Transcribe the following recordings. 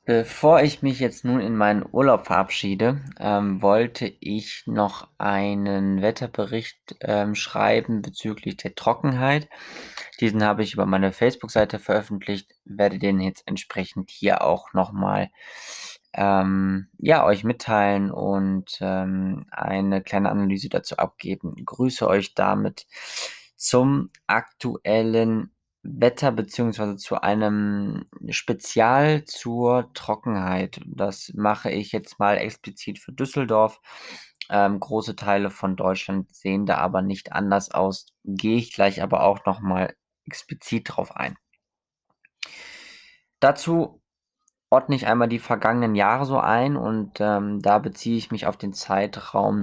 Bevor ich mich jetzt nun in meinen Urlaub verabschiede, wollte ich noch einen Wetterbericht schreiben bezüglich der Trockenheit. Diesen habe ich über meine Facebook-Seite veröffentlicht, werde den jetzt entsprechend hier auch nochmal ja, euch mitteilen und eine kleine Analyse dazu abgeben. Grüße euch damit zum aktuellen Wetter beziehungsweise zu einem Spezial zur Trockenheit. Das mache ich jetzt mal explizit für Düsseldorf. Große Teile von Deutschland sehen da aber nicht anders aus. Gehe ich gleich aber auch noch mal explizit drauf ein. Dazu ordne ich einmal die vergangenen Jahre so ein und da beziehe ich mich auf den Zeitraum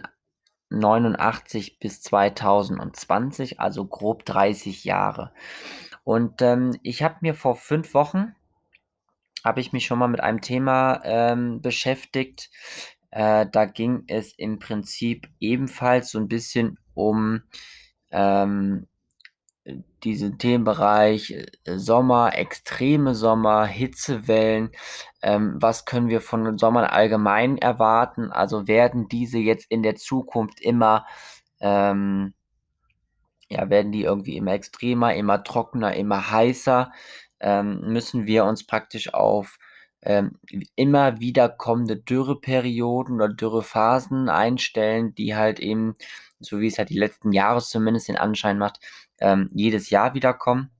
1989 bis 2020, also grob 30 Jahre. Und ich habe mir vor 5 Wochen habe ich mich schon mal mit einem Thema beschäftigt. Da ging es im Prinzip ebenfalls so ein bisschen um ähm, diesen Themenbereich Sommer, extreme Sommer, Hitzewellen. Was können wir von Sommern allgemein erwarten? Also werden diese jetzt in der Zukunft immer ähm, ja, werden die irgendwie immer extremer, immer trockener, immer heißer? Müssen wir uns praktisch auf immer wieder kommende Dürreperioden oder Dürrephasen einstellen, die halt eben, so wie es halt die letzten Jahre zumindest den Anschein macht, jedes Jahr wiederkommen?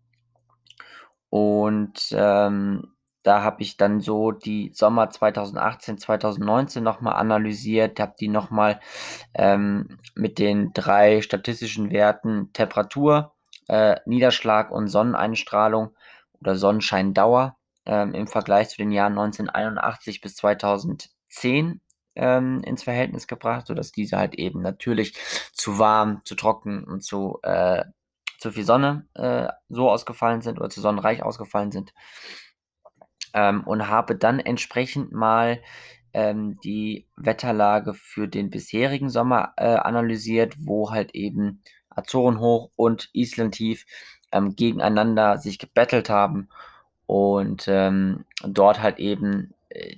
Und da habe ich dann so die Sommer 2018, 2019 noch mal analysiert, habe die noch mal mit den 3 statistischen Werten Temperatur, Niederschlag und Sonneneinstrahlung oder Sonnenscheindauer im Vergleich zu den Jahren 1981 bis 2010 ins Verhältnis gebracht, sodass diese halt eben natürlich zu warm, zu trocken und zu viel Sonne so ausgefallen sind oder zu sonnenreich ausgefallen sind. Und habe dann entsprechend mal die Wetterlage für den bisherigen Sommer analysiert, wo halt eben Azorenhoch und Islandtief gegeneinander sich gebettelt haben und dort halt eben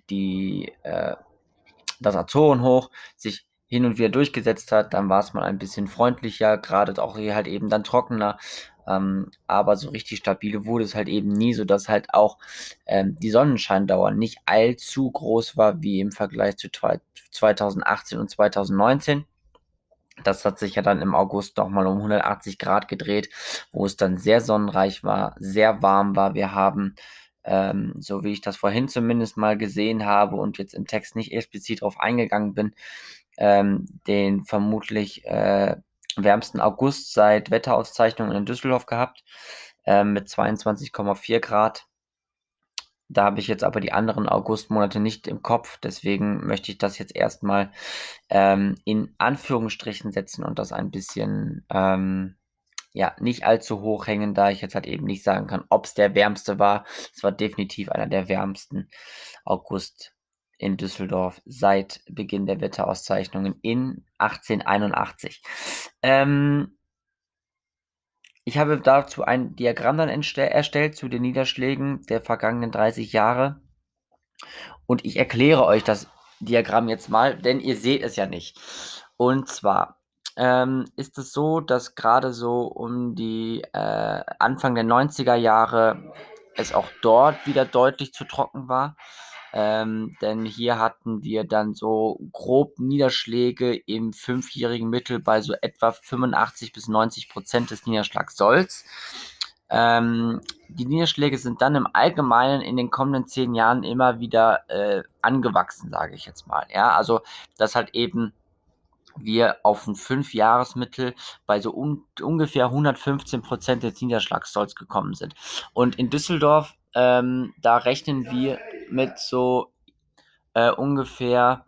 das Azorenhoch sich hin und wieder durchgesetzt hat. Dann war es mal ein bisschen freundlicher, gerade auch hier halt eben dann trockener. Aber so richtig stabil wurde es halt eben nie, sodass halt auch die Sonnenscheindauer nicht allzu groß war wie im Vergleich zu 2018 und 2019. Das hat sich ja dann im August noch mal um 180 Grad gedreht, wo es dann sehr sonnenreich war, sehr warm war. Wir haben, so wie ich das vorhin zumindest mal gesehen habe und jetzt im Text nicht explizit drauf eingegangen bin, den vermutlich wärmsten August seit Wetterauszeichnungen in Düsseldorf gehabt, mit 22,4 Grad. Da habe ich jetzt aber die anderen Augustmonate nicht im Kopf, deswegen möchte ich das jetzt erstmal in Anführungsstrichen setzen und das ein bisschen, ja, nicht allzu hoch hängen, da ich jetzt halt eben nicht sagen kann, ob es der wärmste war. Es war definitiv einer der wärmsten August in Düsseldorf seit Beginn der Wetterauszeichnungen in 1881. Ähm, Ich habe dazu ein Diagramm dann erstellt zu den Niederschlägen der vergangenen 30 Jahre. Und ich erkläre euch das Diagramm jetzt mal, denn ihr seht es ja nicht. Und zwar ist es so, dass gerade so um die Anfang der 90er Jahre es auch dort wieder deutlich zu trocken war. Denn hier hatten wir dann so grob Niederschläge im fünfjährigen Mittel bei so etwa 85 bis 90% des Niederschlagssolls. Die Niederschläge sind dann im Allgemeinen in den kommenden 10 Jahren immer wieder angewachsen, sage ich jetzt mal. Ja, also dass halt eben wir auf ein Fünfjahresmittel bei so ungefähr 115% des Niederschlagszolls gekommen sind. Und in Düsseldorf, da rechnen wir mit so ungefähr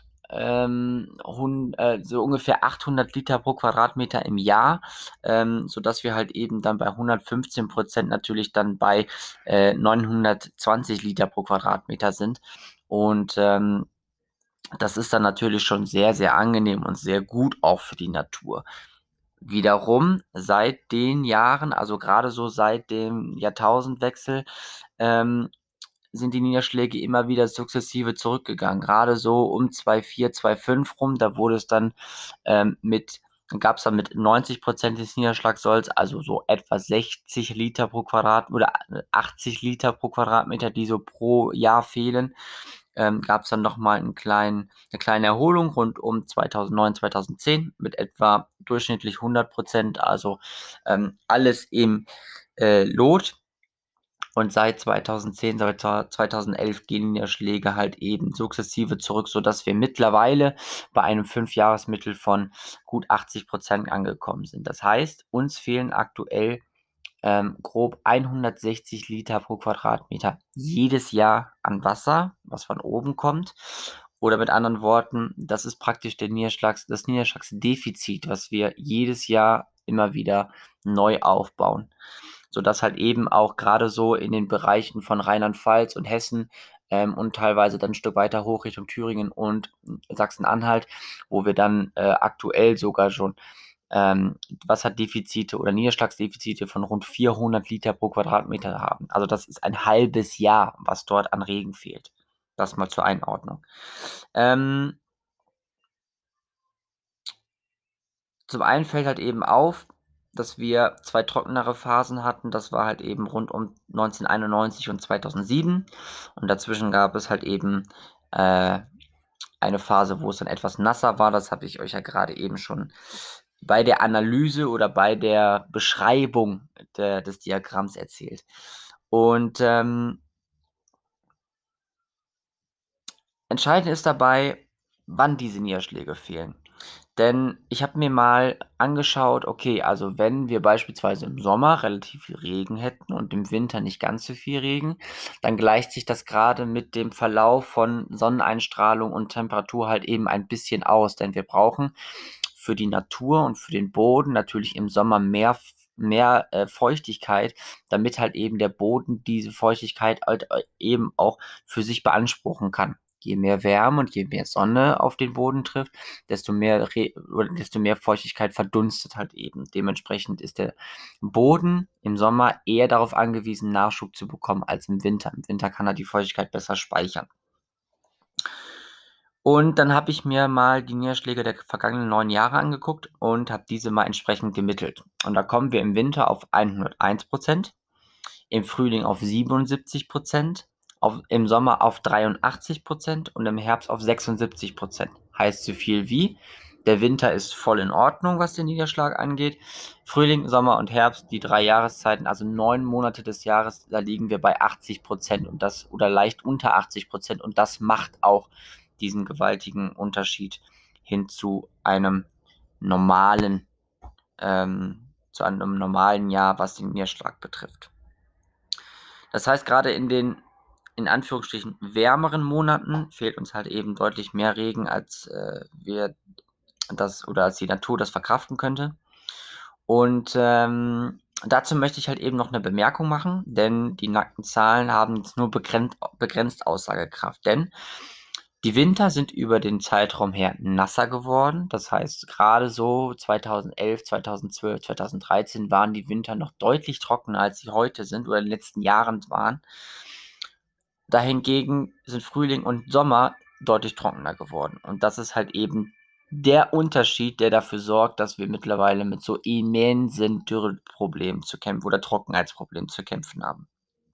so ungefähr 800 Liter pro Quadratmeter im Jahr, sodass wir halt eben dann bei 115% natürlich dann bei 920 Liter pro Quadratmeter sind. Und das ist dann natürlich schon sehr, sehr angenehm und sehr gut auch für die Natur. Wiederum seit den Jahren, also gerade so seit dem Jahrtausendwechsel, ähm, sind die Niederschläge immer wieder sukzessive zurückgegangen. Gerade so um 2,4, 2,5 rum, da wurde es dann gab es dann mit 90% des Niederschlagssolls, also so etwa 60 Liter pro Quadrat oder 80 Liter pro Quadratmeter, die so pro Jahr fehlen, gab es dann nochmal eine kleine Erholung rund um 2009, 2010 mit etwa durchschnittlich 100%, also alles im Lot. Und seit 2010, seit 2011 gehen die Niederschläge halt eben sukzessive zurück, sodass wir mittlerweile bei einem 5-Jahresmittel von gut 80% angekommen sind. Das heißt, uns fehlen aktuell grob 160 Liter pro Quadratmeter jedes Jahr an Wasser, was von oben kommt. Oder mit anderen Worten, das ist praktisch das Niederschlagsdefizit, was wir jedes Jahr immer wieder neu aufbauen. Sodass halt eben auch gerade so in den Bereichen von Rheinland-Pfalz und Hessen und teilweise dann ein Stück weiter hoch Richtung Thüringen und Sachsen-Anhalt, wo wir dann aktuell sogar schon Wasserdefizite oder Niederschlagsdefizite von rund 400 Liter pro Quadratmeter haben. Also das ist ein halbes Jahr, was dort an Regen fehlt. Das mal zur Einordnung. Zum einen fällt halt eben auf, dass wir 2 trockenere Phasen hatten. Das war halt eben rund um 1991 und 2007. Und dazwischen gab es halt eben eine Phase, wo es dann etwas nasser war. Das habe ich euch ja gerade eben schon bei der Analyse oder bei der Beschreibung des Diagramms erzählt. Und entscheidend ist dabei, wann diese Niederschläge fehlen. Denn ich habe mir mal angeschaut, okay, also wenn wir beispielsweise im Sommer relativ viel Regen hätten und im Winter nicht ganz so viel Regen, dann gleicht sich das gerade mit dem Verlauf von Sonneneinstrahlung und Temperatur halt eben ein bisschen aus. Denn wir brauchen für die Natur und für den Boden natürlich im Sommer mehr Feuchtigkeit, damit halt eben der Boden diese Feuchtigkeit halt eben auch für sich beanspruchen kann. Je mehr Wärme und je mehr Sonne auf den Boden trifft, desto mehr Feuchtigkeit verdunstet halt eben. Dementsprechend ist der Boden im Sommer eher darauf angewiesen, Nachschub zu bekommen als im Winter. Im Winter kann er die Feuchtigkeit besser speichern. Und dann habe ich mir mal die Niederschläge der vergangenen 9 Jahre angeguckt und habe diese mal entsprechend gemittelt. Und da kommen wir im Winter auf 101%, im Frühling auf 77%, im Sommer auf 83% und im Herbst auf 76%. Heißt so viel wie, der Winter ist voll in Ordnung, was den Niederschlag angeht. Frühling, Sommer und Herbst, die 3 Jahreszeiten, also 9 Monate des Jahres, da liegen wir bei 80% und das oder leicht unter 80% und das macht auch diesen gewaltigen Unterschied hin zu einem normalen, Jahr, was den Niederschlag betrifft. Das heißt, gerade in den in Anführungsstrichen wärmeren Monaten fehlt uns halt eben deutlich mehr Regen, als als die Natur das verkraften könnte. Und dazu möchte ich halt eben noch eine Bemerkung machen, denn die nackten Zahlen haben jetzt nur begrenzt Aussagekraft. Denn die Winter sind über den Zeitraum her nasser geworden. Das heißt, gerade so 2011, 2012, 2013 waren die Winter noch deutlich trockener, als sie heute sind oder in den letzten Jahren waren. Dahingegen sind Frühling und Sommer deutlich trockener geworden. Und das ist halt eben der Unterschied, der dafür sorgt, dass wir mittlerweile mit so immensen Dürreproblemen zu kämpfen oder Trockenheitsproblemen zu kämpfen haben.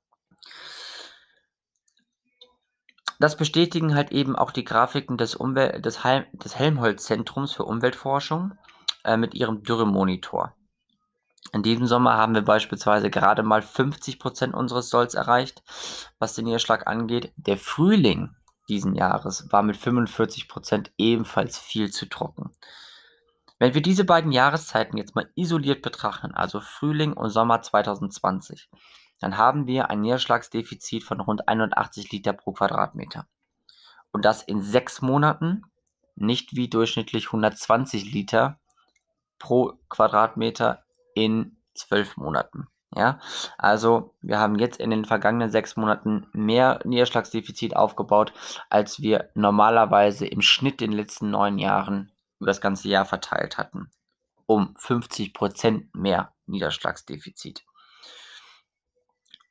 Das bestätigen halt eben auch die Grafiken des Helmholtz-Zentrums für Umweltforschung mit ihrem Dürremonitor. In diesem Sommer haben wir beispielsweise gerade mal 50% unseres Solls erreicht, was den Niederschlag angeht. Der Frühling diesen Jahres war mit 45% ebenfalls viel zu trocken. Wenn wir diese beiden Jahreszeiten jetzt mal isoliert betrachten, also Frühling und Sommer 2020, dann haben wir ein Niederschlagsdefizit von rund 81 Liter pro Quadratmeter. Und das in 6 Monaten, nicht wie durchschnittlich 120 Liter pro Quadratmeter in 12 Monaten. Ja, also wir haben jetzt in den vergangenen 6 Monaten mehr Niederschlagsdefizit aufgebaut, als wir normalerweise im Schnitt in den letzten 9 Jahren über das ganze Jahr verteilt hatten. Um 50% mehr Niederschlagsdefizit.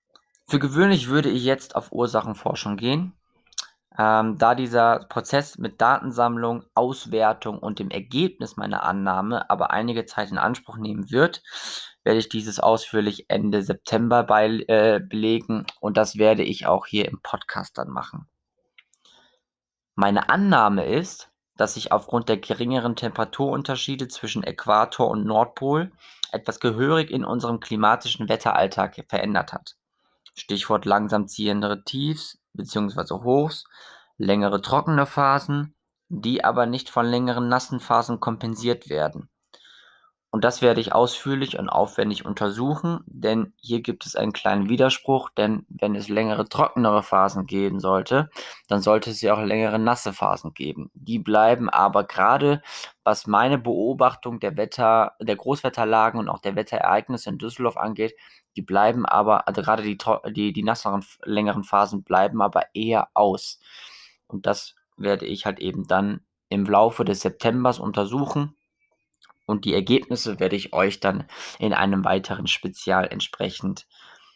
Für gewöhnlich würde ich jetzt auf Ursachenforschung gehen. Da dieser Prozess mit Datensammlung, Auswertung und dem Ergebnis meiner Annahme aber einige Zeit in Anspruch nehmen wird, werde ich dieses ausführlich Ende September belegen und das werde ich auch hier im Podcast dann machen. Meine Annahme ist, dass sich aufgrund der geringeren Temperaturunterschiede zwischen Äquator und Nordpol etwas gehörig in unserem klimatischen Wetteralltag verändert hat. Stichwort langsam ziehende Tiefs bzw. Hochs, längere trockene Phasen, die aber nicht von längeren nassen Phasen kompensiert werden. Und das werde ich ausführlich und aufwendig untersuchen, denn hier gibt es einen kleinen Widerspruch, denn wenn es längere trockenere Phasen geben sollte, dann sollte es ja auch längere nasse Phasen geben. Die bleiben aber gerade, was meine Beobachtung der Großwetterlagen und auch der Wetterereignisse in Düsseldorf angeht, die bleiben aber, also gerade die nasseren, längeren Phasen bleiben aber eher aus. Und das werde ich halt eben dann im Laufe des Septembers untersuchen und die Ergebnisse werde ich euch dann in einem weiteren Spezial entsprechend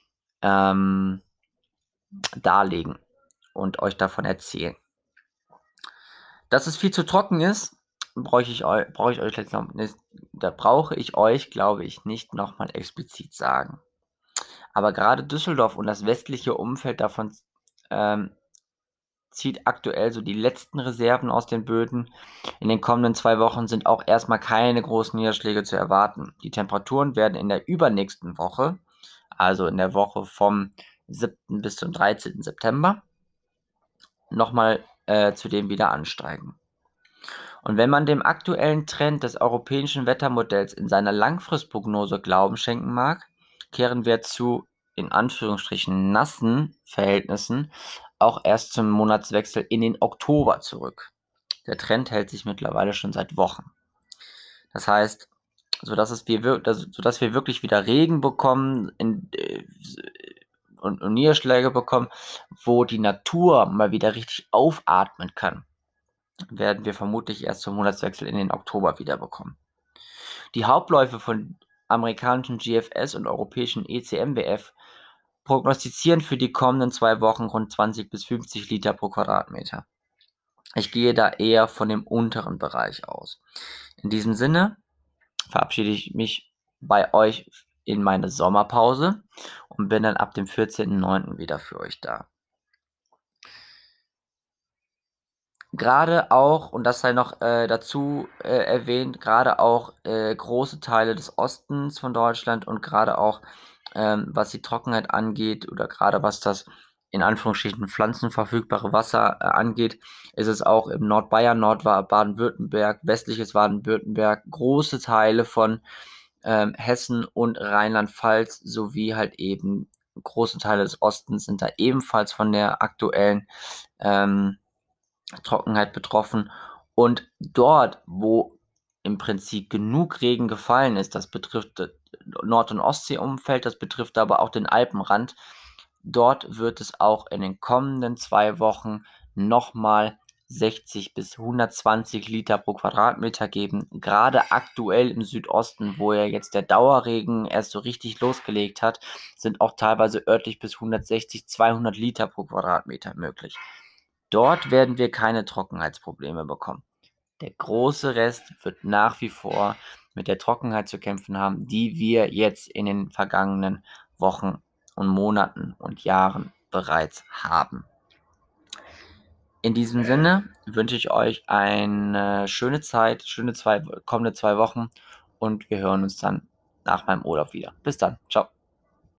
darlegen und euch davon erzählen. Dass es viel zu trocken ist, brauche ich euch, glaube ich, nicht nochmal explizit sagen. Aber gerade Düsseldorf und das westliche Umfeld davon zieht aktuell so die letzten Reserven aus den Böden. In den kommenden 2 Wochen sind auch erstmal keine großen Niederschläge zu erwarten. Die Temperaturen werden in der übernächsten Woche, also in der Woche vom 7. bis zum 13. September, nochmal zudem wieder ansteigen. Und wenn man dem aktuellen Trend des europäischen Wettermodells in seiner Langfristprognose Glauben schenken mag, kehren wir zu in Anführungsstrichen nassen Verhältnissen auch erst zum Monatswechsel in den Oktober zurück. Der Trend hält sich mittlerweile schon seit Wochen. Das heißt, sodass wir wirklich wieder Regen bekommen und Niederschläge bekommen, wo die Natur mal wieder richtig aufatmen kann, werden wir vermutlich erst zum Monatswechsel in den Oktober wieder bekommen. Die Hauptläufe von amerikanischen GFS und europäischen ECMWF prognostizieren für die kommenden 2 Wochen rund 20 bis 50 Liter pro Quadratmeter. Ich gehe da eher von dem unteren Bereich aus. In diesem Sinne verabschiede ich mich bei euch in meine Sommerpause und bin dann ab dem 14.09. wieder für euch da. Gerade auch, und das sei noch dazu erwähnt, gerade auch große Teile des Ostens von Deutschland und gerade auch was die Trockenheit angeht oder gerade was das in Anführungsstrichen pflanzenverfügbare Wasser angeht, ist es auch im Nordbayern, Nordbaden-Württemberg, westliches Baden-Württemberg, große Teile von Hessen und Rheinland-Pfalz sowie halt eben große Teile des Ostens sind da ebenfalls von der aktuellen Trockenheit betroffen. Und dort, wo im Prinzip genug Regen gefallen ist, das betrifft Nord- und Ostseeumfeld, das betrifft aber auch den Alpenrand, dort wird es auch in den kommenden 2 Wochen nochmal 60 bis 120 Liter pro Quadratmeter geben. Gerade aktuell im Südosten, wo ja jetzt der Dauerregen erst so richtig losgelegt hat, sind auch teilweise örtlich bis 160, 200 Liter pro Quadratmeter möglich. Dort werden wir keine Trockenheitsprobleme bekommen. Der große Rest wird nach wie vor mit der Trockenheit zu kämpfen haben, die wir jetzt in den vergangenen Wochen und Monaten und Jahren bereits haben. In diesem Sinne wünsche ich euch eine schöne Zeit, kommende 2 Wochen und wir hören uns dann nach meinem Urlaub wieder. Bis dann. Ciao.